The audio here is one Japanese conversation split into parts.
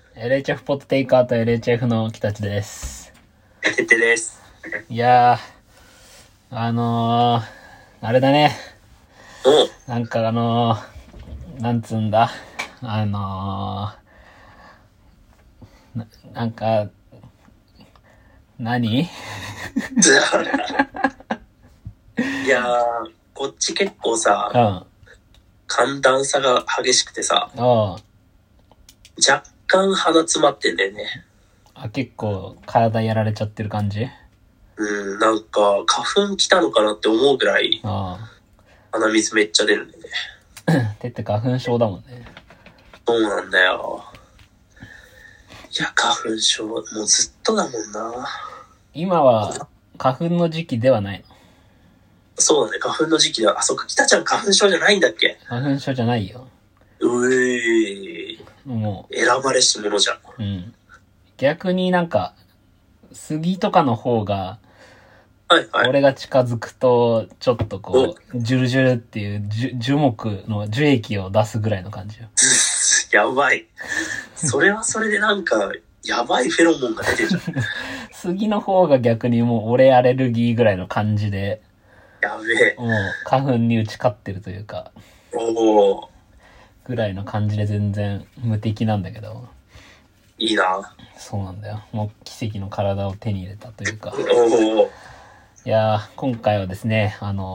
LHF ポットテイクアウト LHF の北地です。 てってです。 いやー、あれだね。なんかなんつうんだ。なんか、何いやー、こっち結構さ、 うん。 寒暖差が激しくてさ、 あ若干鼻詰まってんだよね。 結構体やられちゃってる感じ？ なんか花粉来たのかなって思うぐらい鼻水めっちゃ出るんだよね。 てって花粉症だもんね。 そうなんだよ。いや、花粉症、もうずっとだもんな。 今は花粉の時期ではないの？ そうだね、花粉の時期だ。あ、そっか、北ちゃん花粉症じゃないんだっけ？ 花粉症じゃないよ。もう、選ばれし者じゃん。 うん。逆になんか、杉とかの方が、 はいはい。 俺が近づくと、ちょっとこう、ジュルジュルっていう樹木の樹液を出すぐらいの感じよ。 やばい。それはそれでなんか、やばいフェロモンが出てるじゃん。 杉の方が逆にもう俺アレルギーぐらいの感じで、 やべえ。 もう花粉に打ち勝ってるというか、 おー、 ぐらいの感じで全然無敵なんだけど。 いいな。 そうなんだよ。もう奇跡の体を手に入れたというか。 おー。 いやー、今回はですね、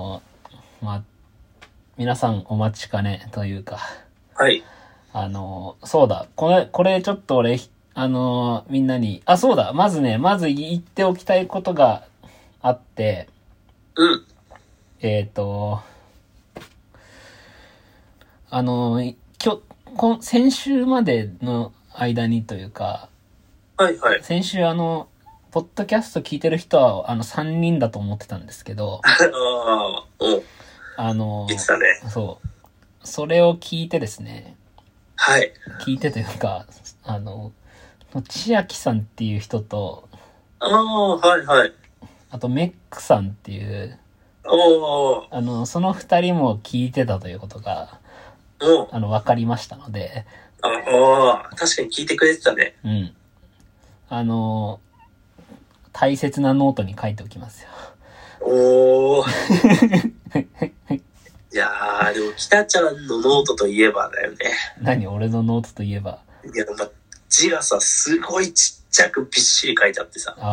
皆さんお待ちかねというか、 はい。 そうだ、これちょっと俺、みんなに、そうだ、まず言っておきたいことがあって、 うん。 先週までの間にというか、 はいはい。 先週ポッドキャスト聞いてる人は3人だと思ってたんですけど、 ああ、言ってたね。 そう。それを聞いてですね、 はい。 聞いてというか、千秋さんっていう人と、 ああ、はいはい。 あとメックさんっていう、 おー。 その二人も聞いてたということが、わかりましたので、 ああ、確かに聞いてくれてたね。 うん。大切なノートに書いておきますよ。 おー。いやー、でも北ちゃんのノートといえばだよね。 何？俺のノートといえば。 いや、字がさ、すごいちっちゃくびっしり書いてあってさ。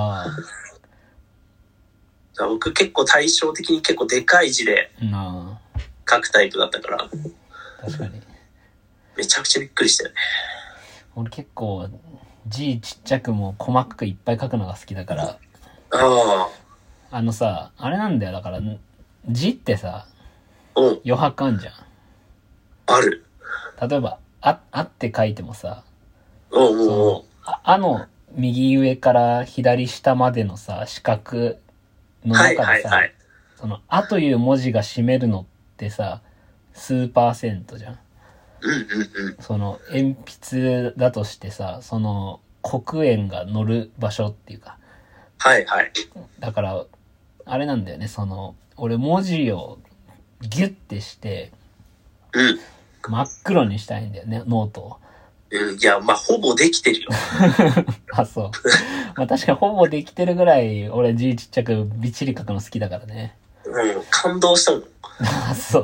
僕結構対照的に結構でかい字で書くタイプだったから。 確かに。 めちゃくちゃびっくりしたよね。 俺結構字ちっちゃくも細かくいっぱい書くのが好きだから。あれなんだよ。だから、字ってさ、余白あんじゃん。 ある。 例えば、あって書いてもさ、 あの右上から左下までのさ、四角の中でさ、その、あという文字が占めるのってさ、数%じゃん。その、鉛筆だとしてさ、その、黒鉛が乗る場所っていうか。だから、あれなんだよね、その、俺文字をギュッてして、真っ黒にしたいんだよね、ノートを。 いや、ほぼできてるよ。 そう。確かにほぼできてるぐらい、俺字ちっちゃくびっちり書くの好きだからね。 感動したもん。 そう。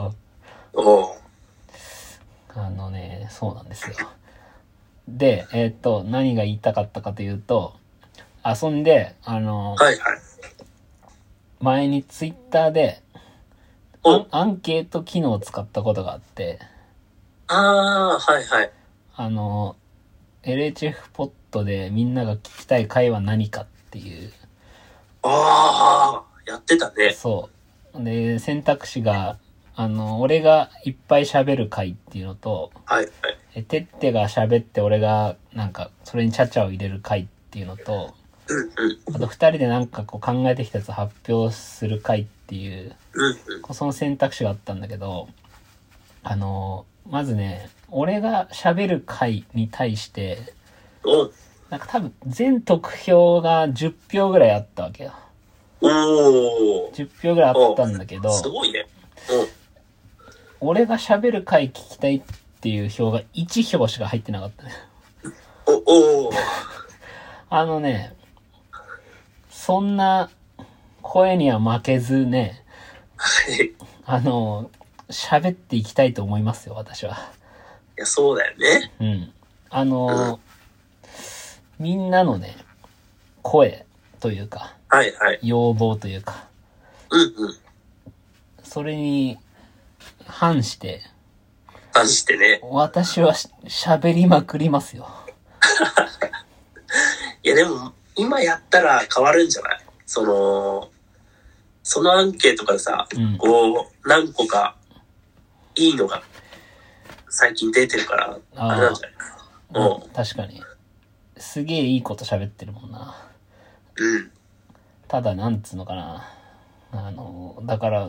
そうなんですよ。で、何が言いたかったかというと、遊んで、前にツイッターで、アンケート機能を使ったことがあって、LHF ポットでみんなが聞きたい回は何かっていう。 やってたね。 そう。で、選択肢が、俺がいっぱい喋る回っていうのと、てってが喋って俺がなんかそれにチャチャを入れる回っていうのと、あと二人でなんかこう考えてきたやつ発表する回っていう、その選択肢があったんだけど、まずね、俺が喋る回に対して、なんか多分全得票が10票ぐらいあったわけよ。10票ぐらいあったんだけど、 すごいね。 俺が喋る回聞きたいっていう票が1票しか入ってなかったね。 おー。 そんな声には負けずね、 はい。 喋っていきたいと思いますよ、私は。 いや、そうだよね。 うん。みんなのね、声というか、 はいはい。 要望というか、 うんうん。 それに反して、 ね。 私は喋りまくりますよ。 いやでも、今やったら変わるんじゃない？そのアンケートからさ、こう、何個かいいのが最近出てるから、あれなんじゃないかな。 確かに。すげえいいこと喋ってるもんな。 うん。 ただ、なんつうのかな。だから、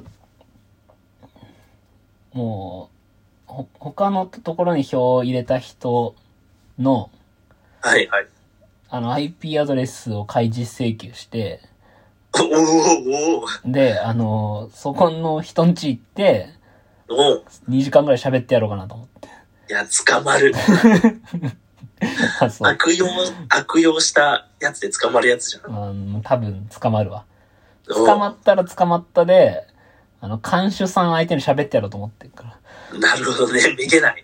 もう、他のところに票を入れた人の、 はいはい。 IP アドレスを開示請求して、 おー。 で、そこの人んち行って、2時間ぐらい喋ってやろうかなと思って。 いや、捕まる。悪用したやつで捕まるやつじゃん。 多分捕まるわ。捕まったら捕まったで、看守さん相手に喋ってやろうと思ってるから。 なるほどね。めげない。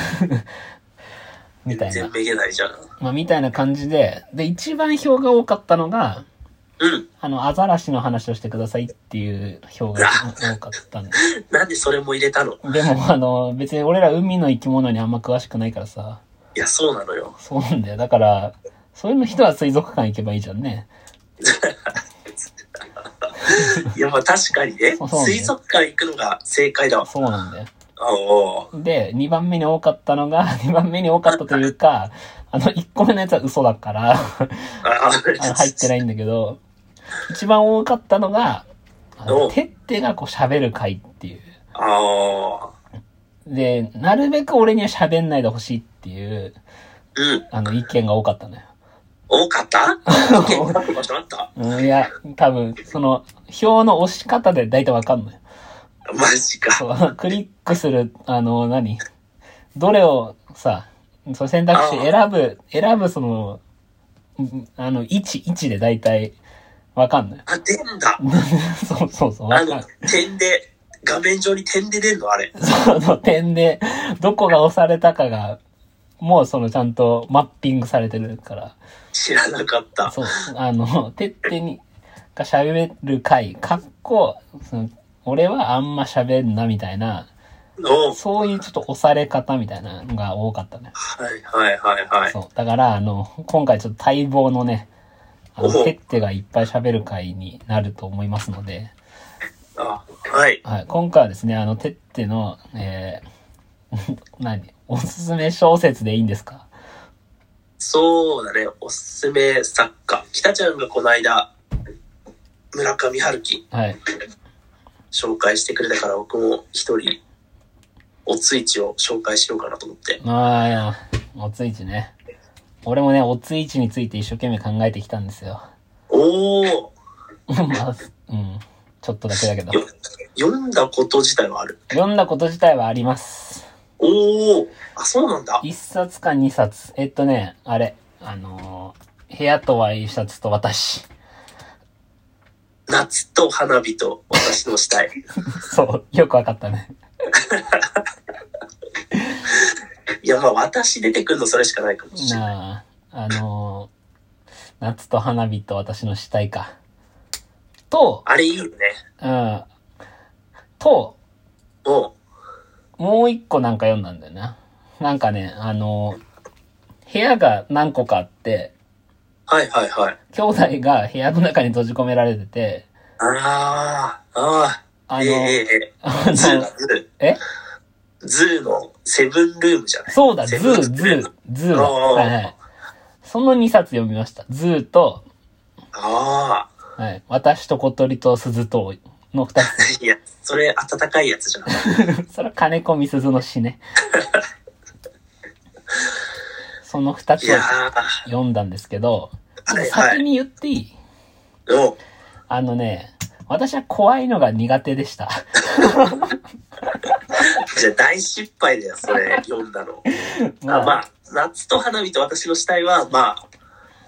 みたいな。 全然めげないじゃん。 まあ、みたいな感じで、一番票が多かったのが、アザラシの話をしてくださいっていう票が多かったんで。 なんでそれも入れたの？ でも別に俺ら海の生き物にあんま詳しくないからさ。 いや、そうなのよ。 そうなんだよ。だから、そういう人は水族館行けばいいじゃんね。 いや、まあ確かにね。水族館行くのが正解だわ。 そうなんだよ。 で、 2番目に多かったというか、1個目のやつは嘘だから、入ってないんだけど、一番多かったのが、てってがこう喋る回っていう。で、なるべく俺には喋んないでほしいっていう、意見が多かったのよ。 多かった？意見が多かったいや、多分、表の押し方で大体わかんのよ。 マジか。 クリックする、どれをさ、選択肢選ぶ位置で大体わかんのよ。 出んだ。 そう。 点で、画面上に点で出んのあれ。 点で、どこが押されたかが、もうちゃんとマッピングされてるから。 知らなかった。 そう。てってが喋る回、俺はあんま喋んなみたいな、そういうちょっと押され方みたいなのが多かったね。 はい。 そう。だから、今回ちょっと待望のね、てってがいっぱい喋る回になると思いますので、 はい。 今回はですね、てっての、おすすめ小説でいいんですか？ そうだね、おすすめ作家。北ちゃんがこの間、村上春樹。紹介してくれたから僕も一人おついちを紹介しようかなと思って。 おついちね。俺もね、おついちについて一生懸命考えてきたんですよ。まあ、ちょっとだけだけど。 読んだこと自体はある？ 読んだこと自体はあります。 そうなんだ。 1冊か2冊。あれ、部屋とは一冊と私。 夏と花火と私のしたい。 そう、よくわかったね。 いや、まあ私出てくるのそれしかないかもしれない。 夏と花火と私のしたいか。と、 あれいいよね。 と、もう一個なんか読んだんだよな。なんかね、部屋が何個かあって、兄弟が部屋の中に閉じ込められてて、 ズーのセブンルームじゃない？ そうだ、ズー。その2冊読みました。ズーと、私と小鳥と鈴との2つ。 いや、それ温かいやつじゃん。 それは金子みすずの詩ね。その2つを読んだんですけど、先に言っていい？私は怖いのが苦手でした。 じゃあ大失敗だよ、それ読んだの。まあ、 夏と花火と私の死体は、まあ、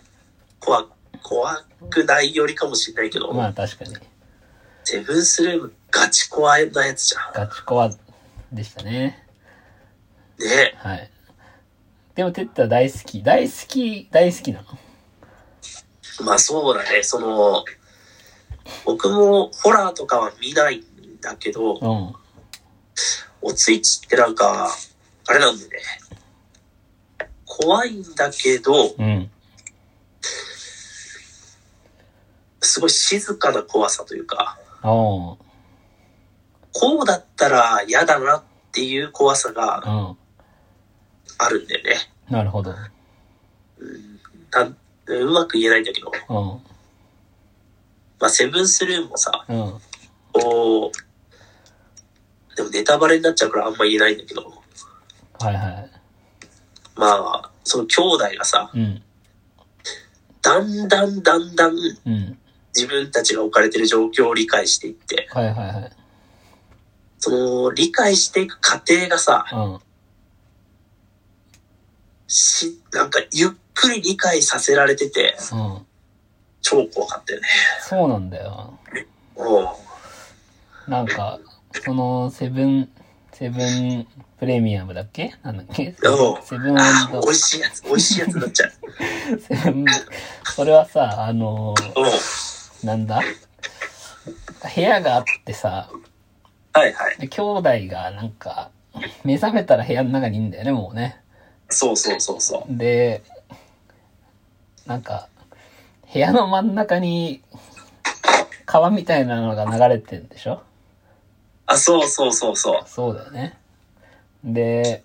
怖くないよりかもしれないけど。 まあ確かに。 セブンスルームガチ怖なやつじゃん。 ガチ怖でしたね。 ね。 はい。でもテッタは大好きなの？ まあそうだね。僕もホラーとかは見ないんだけど、 うん。 おついちってなんか、あれなんだよね。怖いんだけど、 うん。 すごい静かな怖さというか、 こうだったら嫌だなっていう怖さがあるんだよね。 なるほど。 うまく言えないんだけど、まあセブンスルームもさ、こう、でもネタバレになっちゃうからあんま言えないんだけど、 はいはい。 まあ、その兄弟がさ、だんだん、自分たちが置かれてる状況を理解していって、 はいはいはい。 その理解していく過程がさ、なんかゆっくり理解させられてて、超怖かったよね。 そうなんだよ。なんか、そのセブンプレミアムだっけ？なんだっけ？セブン& 美味しいやつになっちゃう。 それはさ、なんだ？部屋があってさ、 はいはい。 で兄弟がなんか、目覚めたら部屋の中にいんだよね、もうね。 そう。 で、なんか、部屋の真ん中に川みたいなのが流れてるんでしょ？ そう。 そうだよね。で、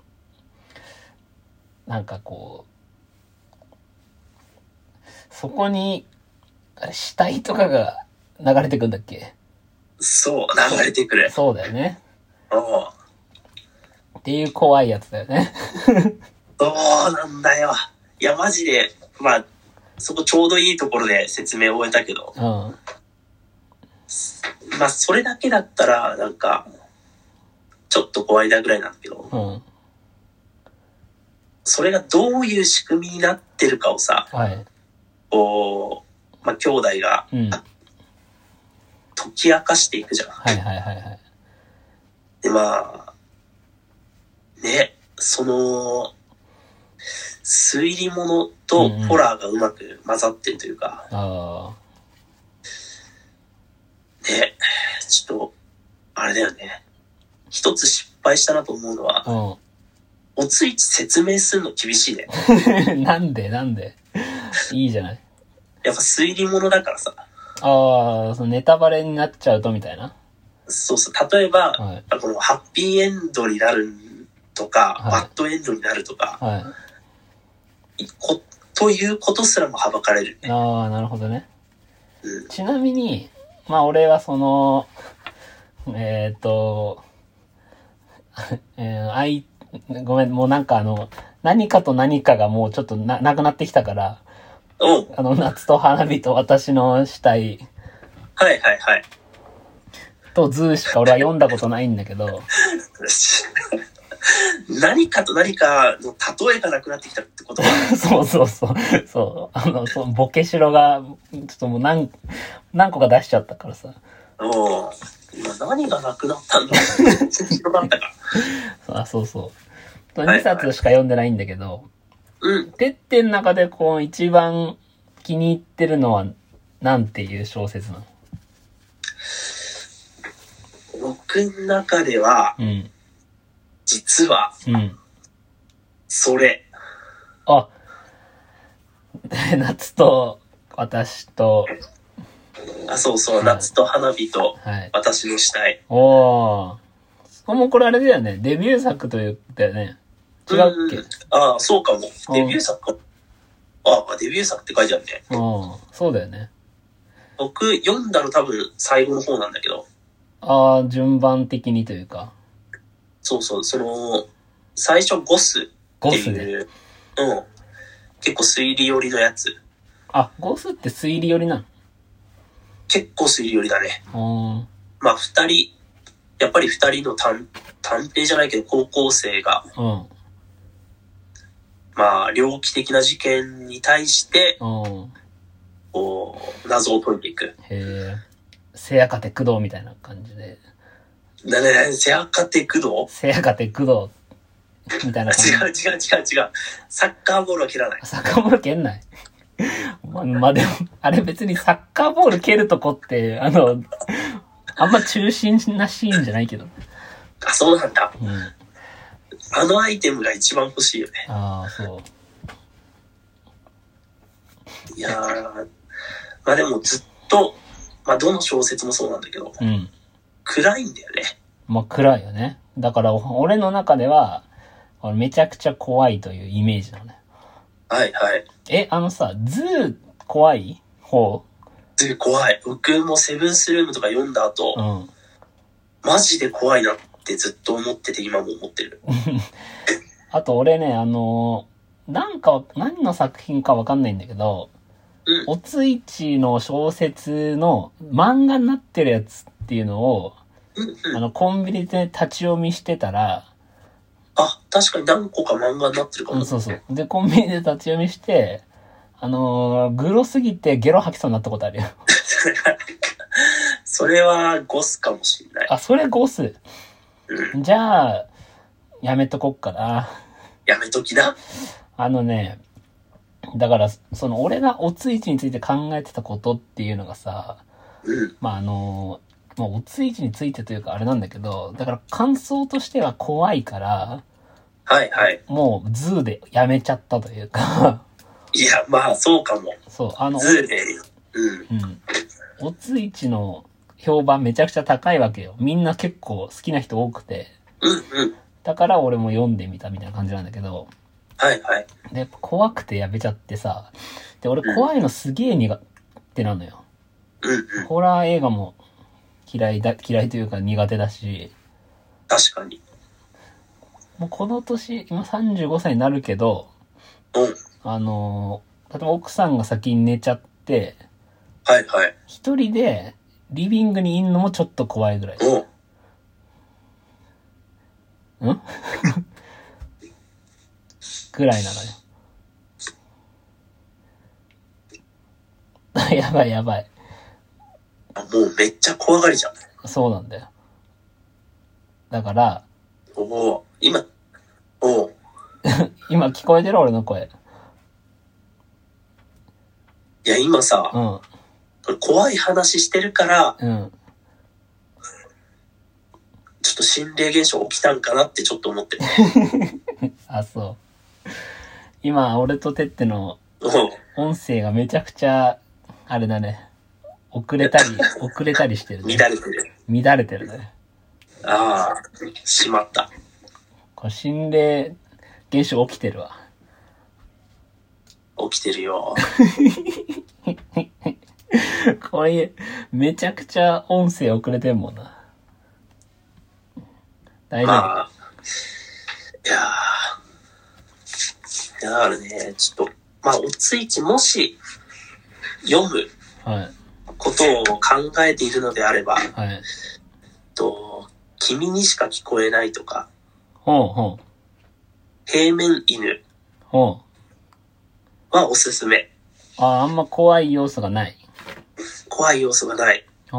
なんかこう、そこに、死体とかが流れてくんだっけ？ そう、流れてくる。 そうだよね。っていう怖いやつだよね。 そうなんだよ。いや、マジで、まあ、そこちょうどいいところで説明を終えたけど、まあ、それだけだったら、なんか、ちょっと怖いなぐらいなんだけど、それがどういう仕組みになってるかをさ、こう、まあ、兄弟が、解き明かしていくじゃん。で、まあ、ね、その、推理物とホラーがうまく混ざってるというか、ね、ちょっと、あれだよね。一つ失敗したなと思うのは、おついち説明するの厳しいね。 なんでいいじゃない。 やっぱ推理物だからさ。 そのネタバレになっちゃうとみたいな。 そう。例えば、このハッピーエンドになるとか、バッドエンドになるとか、ということすらも省かれるね。 なるほどね。ちなみに、まあ俺はその、ごめん、もうなんか何かと何かがもうちょっとなくなってきたから、夏と花火と私の死体。とズーしか俺は読んだことないんだけど。 何かと何かの例えがなくなってきたってことはそう。ボケしろが、ちょっともう何個か出しちゃったからさ。 今何がなくなったんだろう。広がったか。 そう。2冊しか読んでないんだけど、てってん中でこう一番気に入ってるのはなんていう小説なの？ 僕の中では、実は、それ。 夏と私と、 そう、夏と花火と私の死体。 もうこれあれだよね。デビュー作と言ったよね。違うっけ？ そうかも。デビュー作か。デビュー作って書いてあるね。 そうだよね。 僕読んだの多分最後の方なんだけど。 順番的にというか。 そう、最初ゴスっていう、結構推理寄りのやつ。 ゴスって推理寄りなの？ 結構推理寄りだね。まあやっぱり二人の探偵じゃないけど高校生が、 まあ、猟奇的な事件に対して、こう、謎を解いていく。 へえ。せやかて工藤みたいな感じで。 せやかて工藤せやかて工藤みたいな感じ。違う。サッカーボールは蹴らない。 サッカーボール蹴んない。まあ、でも、あれ別にサッカーボール蹴るとこって、あんま中心なシーンじゃないけど。 あ、そうなんだ。うん。あのアイテムが一番欲しいよね。 ああ、そう。 いやー、まあでもずっと、まあどの小説もそうなんだけど、うん。暗いんだよね。 まあ暗いよね。だから俺の中では、めちゃくちゃ怖いというイメージなのね。 はいはい。 ズー怖い方？ ズー怖い。僕もセブンスルームとか読んだ後、うん、マジで怖いなってずっと思ってて今も思ってる。 あと俺ね、何の作品かわかんないんだけど、うん、おついちの小説の漫画になってるやつっていうのを、うんうん、コンビニで立ち読みしてたら、 あ、確かに何個か漫画になってるかも。 そうそう。で、コンビニで立ち読みして、グロすぎてゲロ吐きそうになったことあるよ。 それはゴスかもしれない。 あ、それゴス。うん、じゃあ、やめとこっかな。 やめときな。 だから、俺がおついちについて考えてたことっていうのがさ、うん、まあおついちについてというかあれなんだけど、だから感想としては怖いから、 はいはい。 もうズーでやめちゃったというか。 いや、まあそうかも。 そう、 ズーで、うん。 おついちの評判めちゃくちゃ高いわけよ。みんな結構好きな人多くて。 うんうん。 だから俺も読んでみたみたいな感じなんだけど。 はいはい。 で、怖くてやめちゃってさ。で、俺怖いのすげえ苦手なのよ。 うんうん。 ホラー映画も嫌いというか苦手だし。 確かに。 もうこの年、今35歳になるけど、 うん。 例えば奥さんが先に寝ちゃって、 はいはい。 一人でリビングにいんのもちょっと怖いぐらい。んぐらいなのよ。やばい。 もうめっちゃ怖がりじゃん。 そうなんだよ。だから、 今聞こえてる俺の声。 いや、今さ、うん、怖い話してるから、うん、ちょっと心霊現象起きたんかなってちょっと思ってる。 あ、そう。今、俺とてっての音声がめちゃくちゃ、あれだね。遅れたりしてるね。 乱れてるね。 ああ、しまった。 これ心霊現象起きてるわ。 起きてるよ。 これ、めちゃくちゃ音声遅れてんもんな。大丈夫？ まあ、だからね、ちょっと、まあ、おついちもし、読むことを考えているのであれば、はい、君にしか聞こえないとか、平面犬はおすすめ。 あんま怖い要素がない。 怖い要素がない。 うん。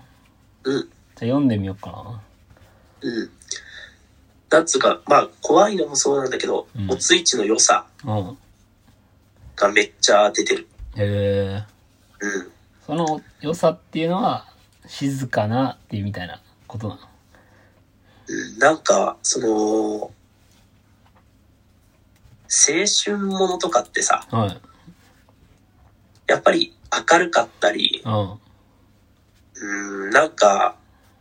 じゃあ読んでみようかな。 うん。なんつうか、まあ、怖いのもそうなんだけど、おついちの良さがめっちゃ出てる。 へえ。うん。その良さっていうのは、静かなっていうみたいなことなの？ なんか、青春ものとかってさ、はい、やっぱり明るかったり、なんか、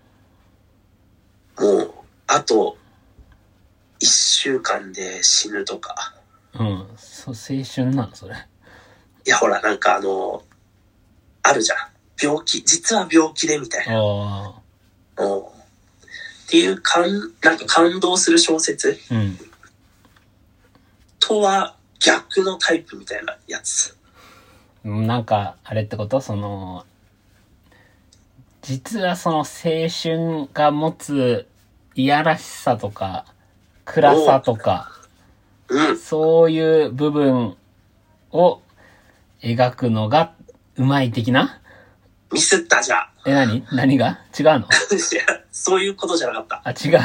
もう、あと、1週間で死ぬとか。 うん、青春なのそれ。 いや、ほら、なんかあるじゃん。実は病気でみたいな。っていうなんか感動する小説、うん、とは逆のタイプみたいなやつ。 なんかあれってこと？実は青春が持ついやらしさとか暗さとかうん。 そういう部分を描くのがうまい的な？ ミスったじゃん。 何が違うの？いや、 そういうことじゃなかった。 あ、違う。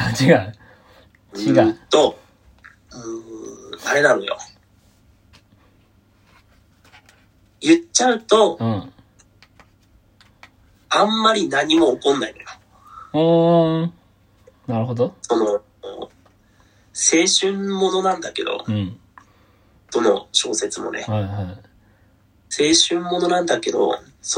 あれなのよ。言っちゃうと、あんまり何も起こんないのよ。なるほど。 青春ものなんだけど、どの小説もね。 はいはい、 青春ものなんだけど、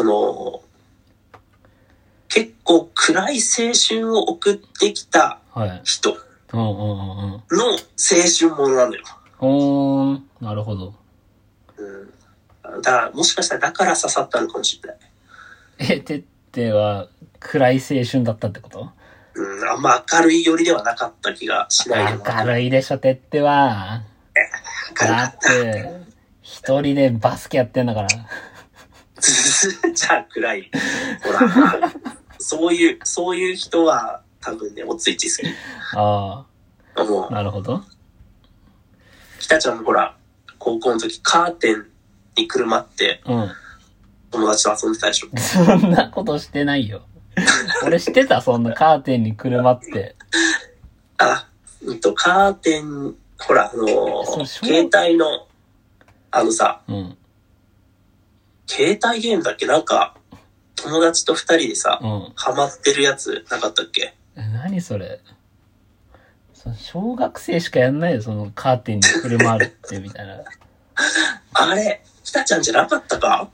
結構暗い青春を送ってきた人の青春ものなのよ。 なるほど。 だからもしかしたらだから刺さったのかもしれない。 てっては暗い青春だったってこと？ あんま明るい寄りではなかった気がしないでも。 明るいでしょ、てっては。だって、一人でバスケやってんだから。 じゃあ暗い。ほら、そういう人は多分ね、おついちすぎ。 ああ。なるほど。 北ちゃんもほら、高校の時カーテンにくるまって、友達と遊んでたでしょ。 そんなことしてないよ。俺知ってた、そんなカーテンにくるまって。 カーテン、ほら、携帯の、携帯ゲームだっけ？なんか、友達と二人でさ、ハマってるやつなかったっけ？ 何それ？小学生しかやんないよ、そのカーテンにくるまるってみたいな。 あれ、北ちゃんじゃなかったか？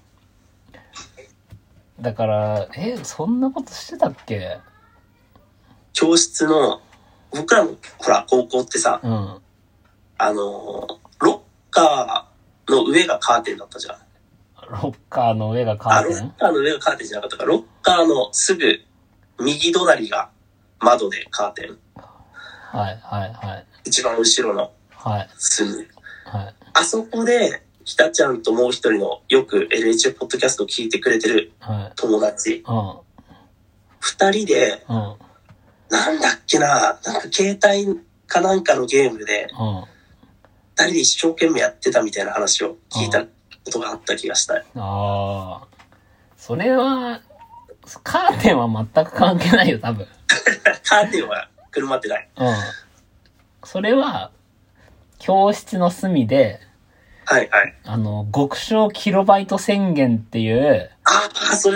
だから、そんなことしてたっけ？ 教室の、僕らの、ほら、高校ってさ、ロッカーの上がカーテンだったじゃん。 ロッカーの上がカーテン？ ロッカーの上がカーテンじゃなかったか。ロッカーのすぐ右隣が窓でカーテン。 はいはいはい。 一番後ろの隅。 はい。 あそこで、ひたちゃんともう一人のよく LH ポッドキャストを聞いてくれてる友達。二人で、なんだっけな、なんか携帯かなんかのゲームで、二人で一生懸命やってたみたいな話を聞いたことがあった気がしたい。 ああ。それは、カーテンは全く関係ないよ、多分。 カーテンはくるまってない。 それは、教室の隅で、 はいはい。 極小キロバイト宣言っていう、 それ。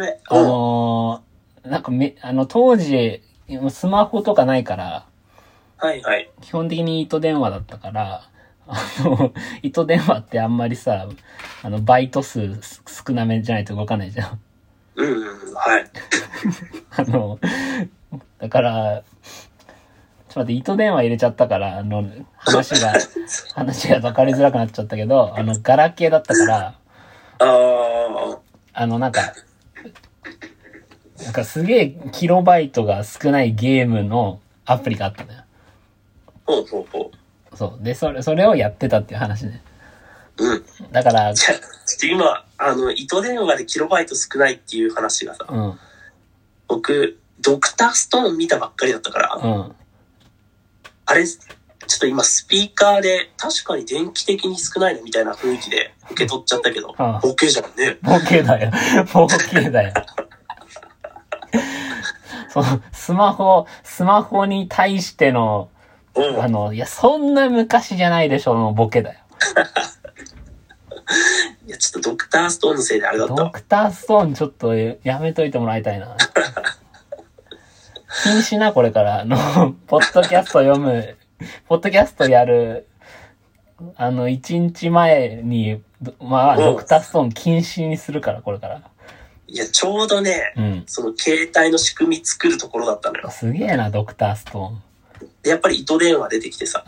なんか当時、スマホとかないから、 はいはい。 基本的に糸電話だったから、糸電話ってあんまりさ、バイト数少なめじゃないと動かないじゃん。 はい。 だから、ちょっと待って、糸電話入れちゃったから、話が分かりづらくなっちゃったけど、ガラケーだったから、なんかすげえキロバイトが少ないゲームのアプリがあったんだよ。そう。で、それをやってたっていう話ね。だから、 今、糸電話でキロバイト少ないっていう話がさ、僕、ドクターストーン見たばっかりだったから、あれ、ちょっと今スピーカーで確かに電気的に少ないのみたいな雰囲気で受け取っちゃったけど、ボケじゃんね。 ボケだよ。そのスマホに対しての、いや、そんな昔じゃないでしょのボケだよ。 いや、ちょっとドクターストーンのせいであれだった。 ドクターストーンちょっとやめといてもらいたいな。禁止な、これから。ポッドキャストやる、1日前に、ドクターストーン禁止にするから、これから。 いや、ちょうどね、その携帯の仕組み作るところだったのよ。 すげえな、ドクターストーン。 で、やっぱり糸電話出てきてさ、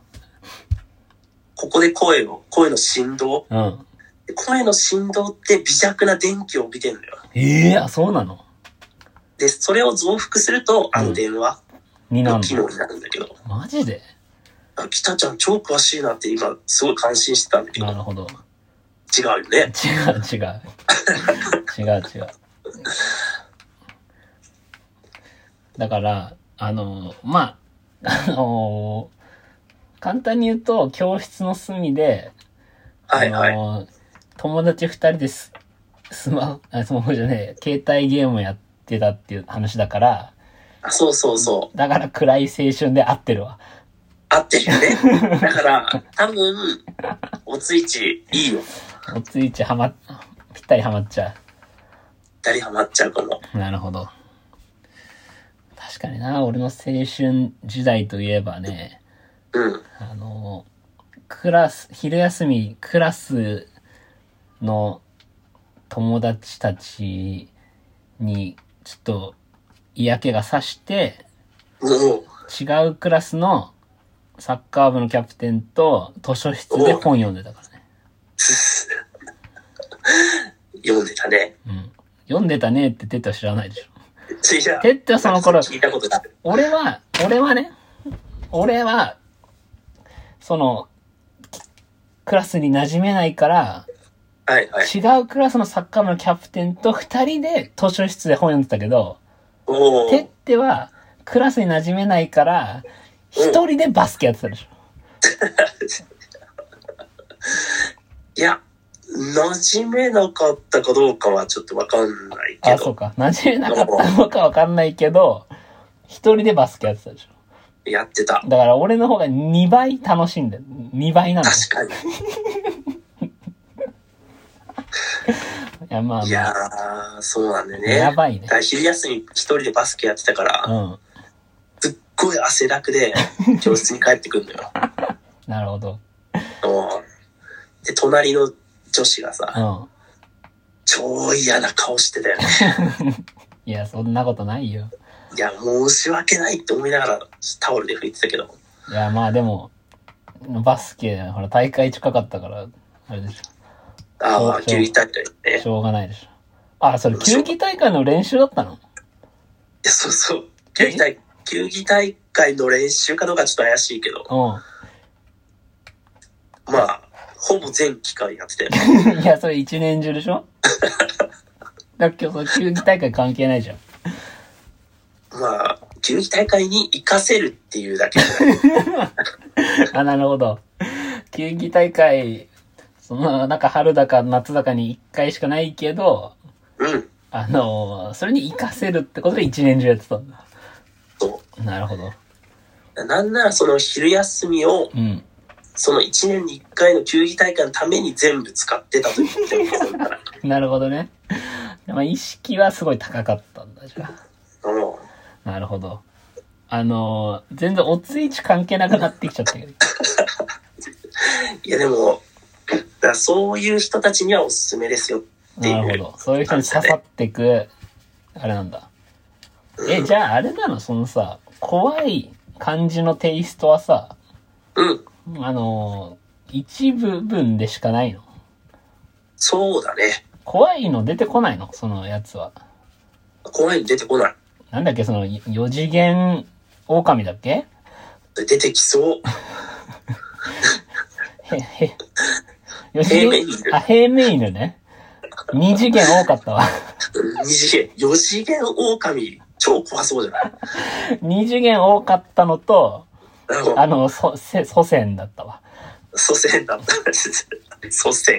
ここで声の振動、声の振動って微弱な電気を帯びてるのよ。 そうなの？ で、それを増幅すると、電話の機能になるんだけど。 マジで？ 北ちゃん超詳しいなって今、すごい感心してたんだけど。 なるほど。 違うよね。 違う。だから、カ簡単に言うと、教室の隅で、 はいはい。 友達二人スマホじゃねえ、携帯ゲームやってたっていう話だから、 そうそうそう。 だから暗い青春で合ってるわ。 合ってるよね。だから、多分、おついちいいよ。 おついちぴったりハマっちゃう。ぴったりハマっちゃうかも。 なるほど。確かにな、俺の青春時代といえばね、昼休み、クラスの友達たちに、ちょっと、嫌気がさして、違うクラスのサッカー部のキャプテンと図書室で本読んでたからね。 読んでたね。 うん。読んでたねってテッテは知らないでしょ。 テッテはその頃、 聞いたことだ。 俺は、その、クラスに馴染めないから、 はいはい。 違うクラスのサッカー部のキャプテンと二人で図書室で本読んでたけど、テッテはクラスに馴染めないから、一人でバスケやってたでしょ。 いや、馴染めなかったかどうかはちょっとわかんないけど。 あ、そうか。馴染めなかったのかわかんないけど、一人でバスケやってたでしょ。 やってた。 だから俺の方が2倍楽しんでる。2倍なの。 確かに。 いや、まあまあ。 いやー、そうなんだよね。 やばいね。 だから昼休み一人でバスケやってたから、すっごい汗だくで教室に帰ってくるのよ。 なるほど。 で、隣の女子がさ、超嫌な顔してたよね。 いや、そんなことないよ。 いや、申し訳ないって思いながらタオルで拭いてたけど。 いや、まあでも、バスケ、ほら、大会近かったから、あれでしょ。 ああ、球技大会ね。 しょうがないでしょ。あ、それ、球技大会の練習だったの？いや、そうそう。球技大会の練習かどうかちょっと怪しいけど。まあ、ほぼ全期間やってたよ。 いや、それ一年中でしょ？だっけど、その球技大会関係ないじゃん。 まあ、球技大会に活かせるっていうだけあ、なるほど。球技大会、なんか春だか夏だかに1回しかないけど、それに活かせるってことで一年中やってたんだ。 そう。 なるほど。 なんならその昼休みを、その1年に1回の球技大会のために全部使ってたと言っても過言だな。 なるほどね。まあ、意識はすごい高かったんだ、じゃあ。なるほど。全然おついち関係なくなってきちゃったけど。 いやでも、そういう人たちにはおすすめですよっていう。 なるほど。そういう人に刺さってく、あれなんだ。じゃああれなの？そのさ、怖い感じのテイストはさ、一部分でしかないの？ そうだね。 怖いの出てこないの？そのやつは。 怖いの出てこない。 なんだっけ、その4次元狼だっけ？ 出てきそう。 平面犬ね。2次元多かったわ。 2次元、4次元狼、超怖そうじゃない？ 2 次元多かったのと、祖先だったわ。 祖先だった。祖先。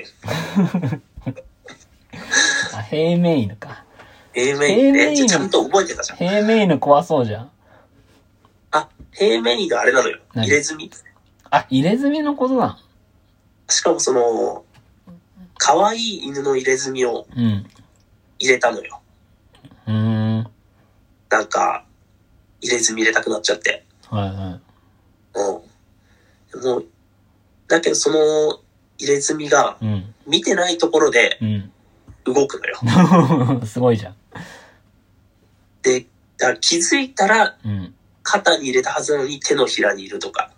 平面犬か。 平面犬。ちゃんと覚えてたじゃん。 平面犬怖そうじゃん。 あ、平面犬あれなのよ。入れ墨。 あ、入れ墨のことなの？ しかもその、可愛い犬の入れ墨を入れたのよ。なんか、入れ墨入れたくなっちゃって。 はいはい。 もう、だけどその入れ墨が、見てないところで動くのよ。すごいじゃん。 で、だから気づいたら、肩に入れたはずなのに手のひらにいるとか。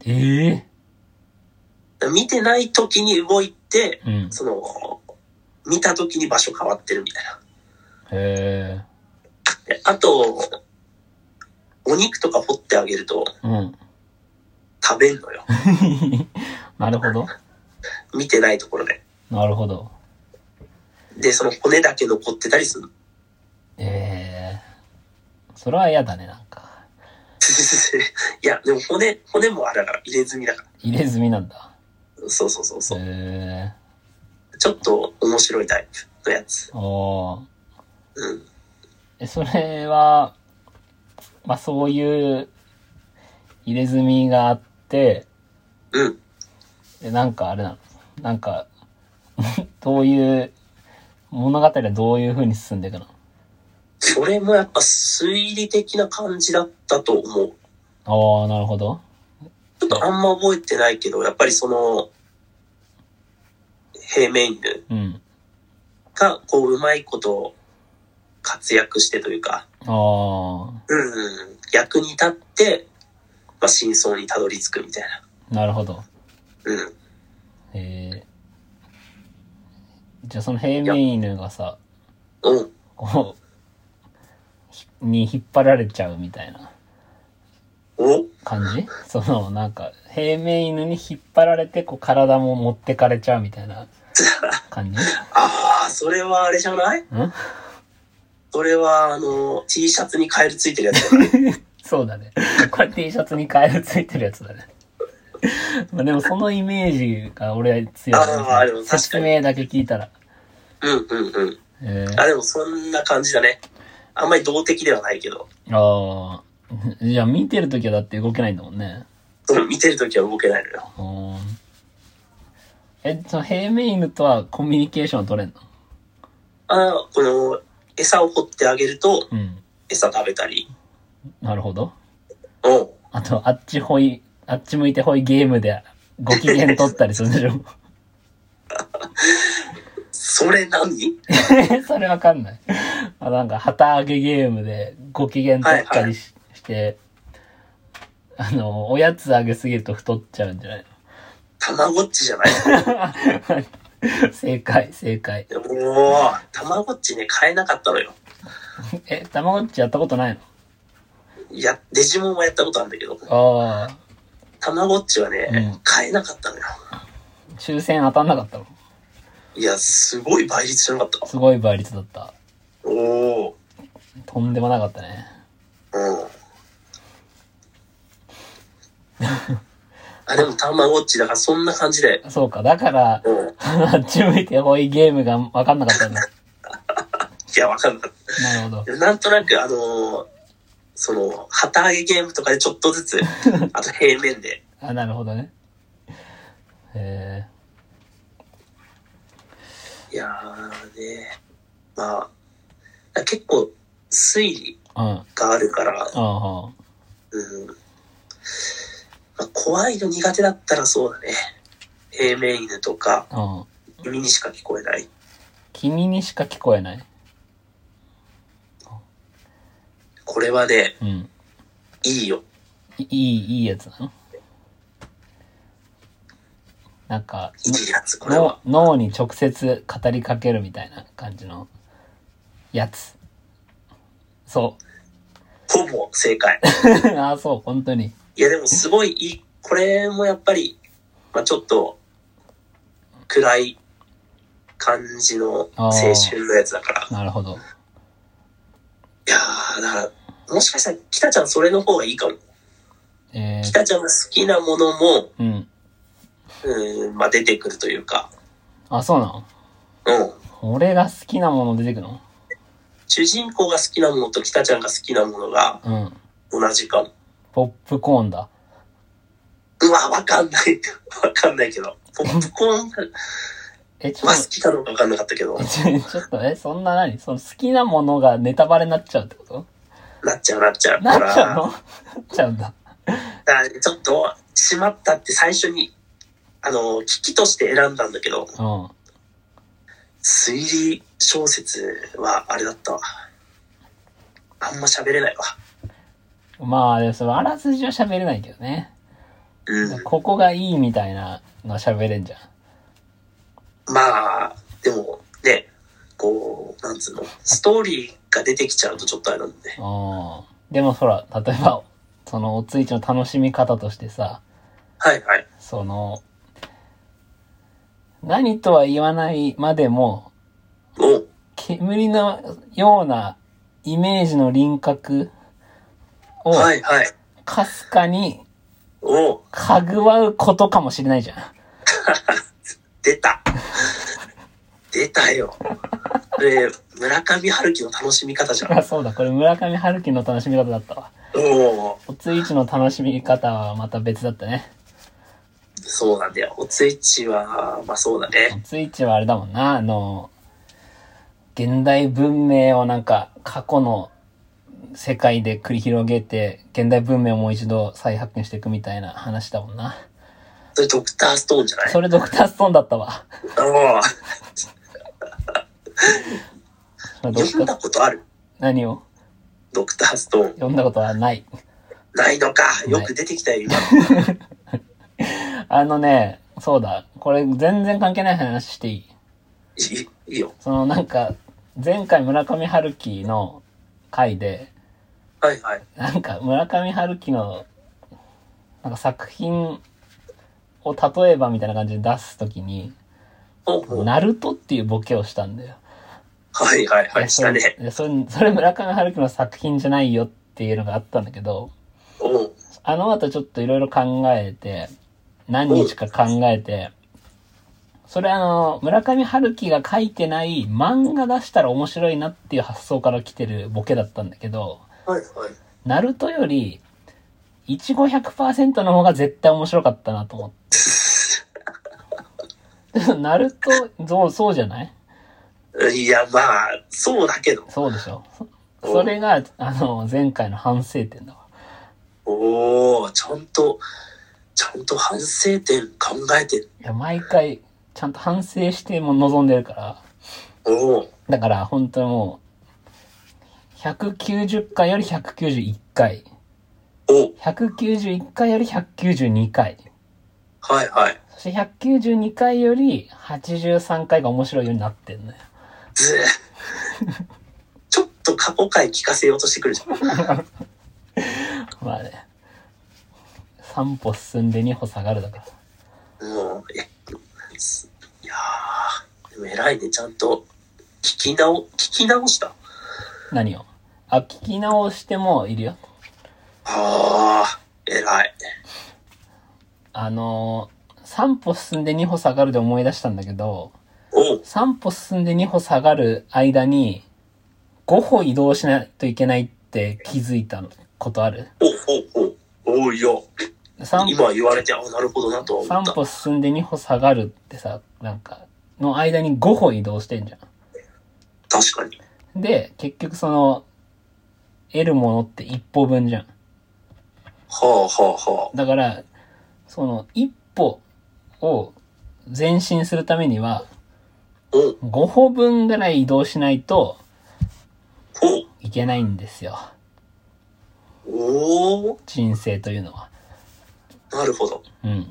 見てない時に動いて、その、見た時に場所変わってるみたいな。あと、お肉とか掘ってあげると、食べんのよ。 なるほど。 見てないところで。 なるほど。 で、その骨だけ残ってたりする。 それは嫌だね、なんか。 いや、でも骨もあれだから、入れ墨だから。 入れ墨なんだ。 そう。ちょっと面白いタイプのやつ。 それは、まあそういう入れ墨があって、なんかあれなの？なんか、どういう、物語はどういう風に進んでいくの？ それもやっぱ推理的な感じだったと思う。 ああ、なるほど。 ちょっとあんま覚えてないけど、やっぱりその、平面犬がこううまいこと活躍してというか、役に立って、まあ、真相にたどり着くみたいな。なるほど。じゃあその平面犬がさ、こうに引っ張られちゃうみたいな感じ？そのなんか平面犬に引っ張られてこう体も持ってかれちゃうみたいな感じ？ ああ、それはあれじゃない？それはT シャツにカエルついてるやつだね。 そうだね。これ T シャツにカエルついてるやつだね。まあでもそのイメージが俺は強い、ね。説明だけ聞いたら。 でもそんな感じだね。あんまり動的ではないけど。 じゃあ見てるときはだって動けないんだもんね。 見てるときは動けないのよ。 その平面犬とはコミュニケーションは取れんの？ この餌を掘ってあげると、餌食べたり。 なるほど。あとあっち向いてほいゲームでご機嫌取ったりするんでしょ？ それ何？ それわかんない。なんか旗揚げゲームでご機嫌取ったりして、おやつあげすぎると太っちゃうんじゃないの？ たまごっちじゃない正解。 もう、たまごっちね、買えなかったのよ。 たまごっちやったことないの？ いや、デジモンはやったことあるんだけど。たまごっちはね、買えなかったのよ。 抽選当たんなかったの？ いや、すごい倍率じゃなかった。 すごい倍率だった。とんでもなかったね。 でもたまごっちだからそんな感じで。 そうか、だから、あっち向いてほいゲームが分かんなかったんだ。 いや、分かんなかった。 なるほど。 なんとなく、その、旗揚げゲームとかでちょっとずつ、あと平面で。 なるほどね。 いやーね、まあ、結構推理があるから、怖いの苦手だったらそうだね。平面犬とか、君にしか聞こえない。 君にしか聞こえない。 これはね、いいよ。 いいやつなの？なんか、 いいやつ、これは。 脳に直接語りかけるみたいな感じのやつ。そう。 ほぼ正解。 そう、本当に。 いや、でもすごいいい。これもやっぱり、まあちょっと、暗い感じの青春のやつだから。 なるほど。 いやー、だから、もしかしたら、北ちゃんそれの方がいいかも。北ちゃんが好きなものも、まあ出てくるというか。 そうなの？俺が好きなもの出てくるの？ 主人公が好きなものと北ちゃんが好きなものが、同じかも。 ポップコーンだ。 わかんないけど。ポップコーンが、好きかどうかわかんなかったけど。 ちょっと、そんなその好きなものがネタバレになっちゃうってこと？ なっちゃうの？ なっちゃうの？なっちゃうんだ。 だからちょっと、しまったって最初に、危機として選んだんだけど、推理小説はあれだったわ。あんま喋れないわ。 まあ、そのあらすじは喋れないけどね。ここがいいみたいなのは喋れんじゃん。まあ、でもね、こう、なんつうの、ストーリーが出てきちゃうとちょっとあれなんで。 でもそら、例えば、そのおついちの楽しみ方としてさ、その、何とは言わないまでも、煙のようなイメージの輪郭をかすかに、かぐわうことかもしれないじゃん。 出たよ。村上春樹の楽しみ方じゃん。 あ、そうだ、これ村上春樹の楽しみ方だったわ。おついちの楽しみ方はまた別だったね。 そうなんだよ。おついちは、まあそうだね。 おついちはあれだもんな、現代文明をなんか過去の世界で繰り広げて、現代文明をもう一度再発見していくみたいな話だもんな。 それドクターストーンじゃない？ それドクターストーンだったわ。 読んだことある？ 何を？ ドクターストーン。 読んだことはない。 ないのか。よく出てきたよ、今。 そうだ。これ全然関係ない話していい？ いいよ。 なんか、前回村上春樹の回で、 はいはい。 なんか村上春樹の、なんか作品を例えばみたいな感じで出すときに、ナルトっていうボケをしたんだよ。 はいはいはい、したね。 それ村上春樹の作品じゃないよっていうのがあったんだけど、あの後ちょっといろいろ考えて、何日か考えて、それ村上春樹が書いてない漫画出したら面白いなっていう発想から来てるボケだったんだけど、 はいはい。 ナルトより、いちご 100% の方が絶対面白かったなと思って。ナルト、そうじゃない？ いや、まあ、そうだけど。 そうでしょ。それが、前回の反省点だわ。 ちゃんと反省点考えてる。 いや、毎回、ちゃんと反省しても臨んでるから。だから、本当にもう、190回より191回。191回より192回。 はいはい。 そして192回より83回が面白いようになってんのよ。 ちょっと過去回聞かせようとしてくるじゃん。 まあね。3歩進んで2歩下がるだから。 いやー、でも偉いね。ちゃんと聞き直した。 何を？聞き直してもいるよ。 偉い。 3歩進んで2歩下がるで思い出したんだけど、3歩進んで2歩下がる間に5歩移動しないといけないって気づいたことある？ いや。今言われて、なるほどなと思った。 3歩進んで2歩下がるってさ、なんか、の間に5歩移動してんじゃん。 確かに。 で、結局得るものって1歩分じゃん。だから、1歩を前進するためには、5歩分ぐらい移動しないといけないんですよ。人生というのは。 なるほど。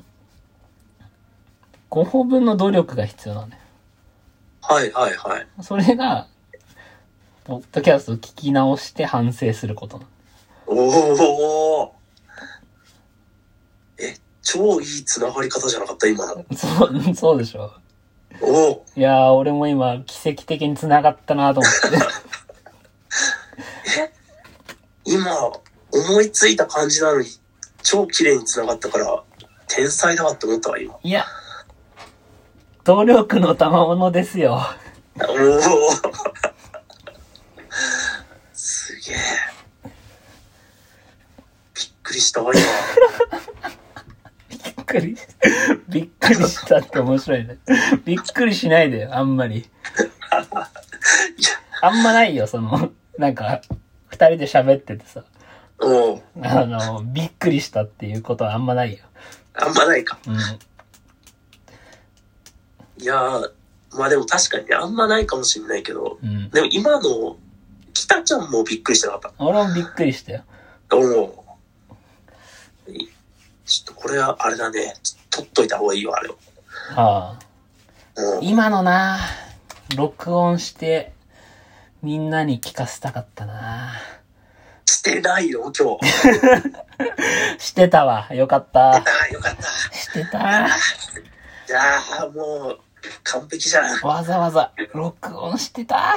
5歩分の努力が必要なんだよ。 はいはいはい。 それが、ポッドキャストを聞き直して反省することなんだ。 超いい繋がり方じゃなかった今の。 そうでしょ。いやー、俺も今奇跡的に繋がったなと思って。 今思いついた感じなのに超綺麗に繋がったから天才だわって思ったわ今。 いや、努力の賜物ですよ。 すげえ。びっくりしたわ今。 びっくりしたって面白いね。びっくりしないでよ、あんまり。あんまないよ、なんか、二人で喋っててさ。びっくりしたっていうことはあんまないよ。 あんまないか。いやー、まあでも確かにね、あんまないかもしれないけど、でも今の、北ちゃんもびっくりしてなかった。 俺もびっくりしたよ。 ちょっとこれはあれだね。撮っといた方がいいよ、あれを。 今のな、録音して、みんなに聞かせたかったな。 してないよ、今日。 してたわ。よかった。 よかった。 してた。 じゃあ、もう、完璧じゃん。 わざわざ、録音してた。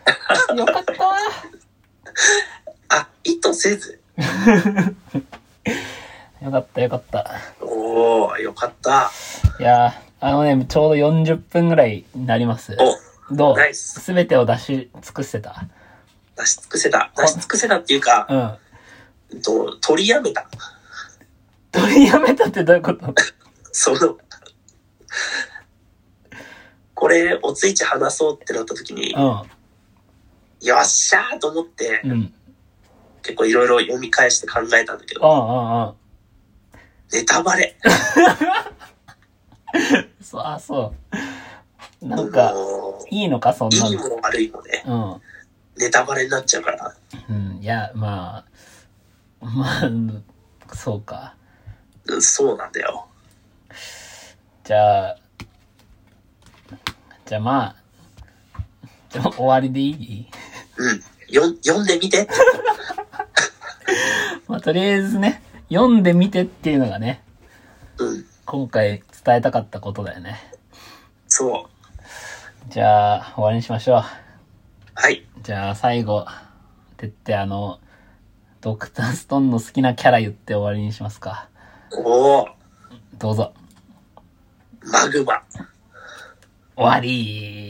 よかったわ。 意図せず。 よかったよかった。 おー、よかった。 いやー、ちょうど40分ぐらいになります。どう？ ナイス。 すべてを出し尽くせた。 出し尽くせたっていうか、取りやめた。 取りやめたってどういうこと？ これ、おついち話そうってなった時に、よっしゃーと思って、結構いろいろ読み返して考えたんだけど、ネタバレ。 そう。なんか、いいのか、そんなの。 いいも悪いもね。ネタバレになっちゃうから。 いや、まあ、そうか。 そうなんだよ。 じゃあまあ、終わりでいい？ 読んでみて。 まあ、とりあえずね、読んでみてっていうのがね、今回伝えたかったことだよね。 そう。 じゃあ、終わりにしましょう。 はい。 じゃあ、最後、ドクターストーンの好きなキャラ言って終わりにしますか。 おー。 どうぞ。 マグマ。 終わりー。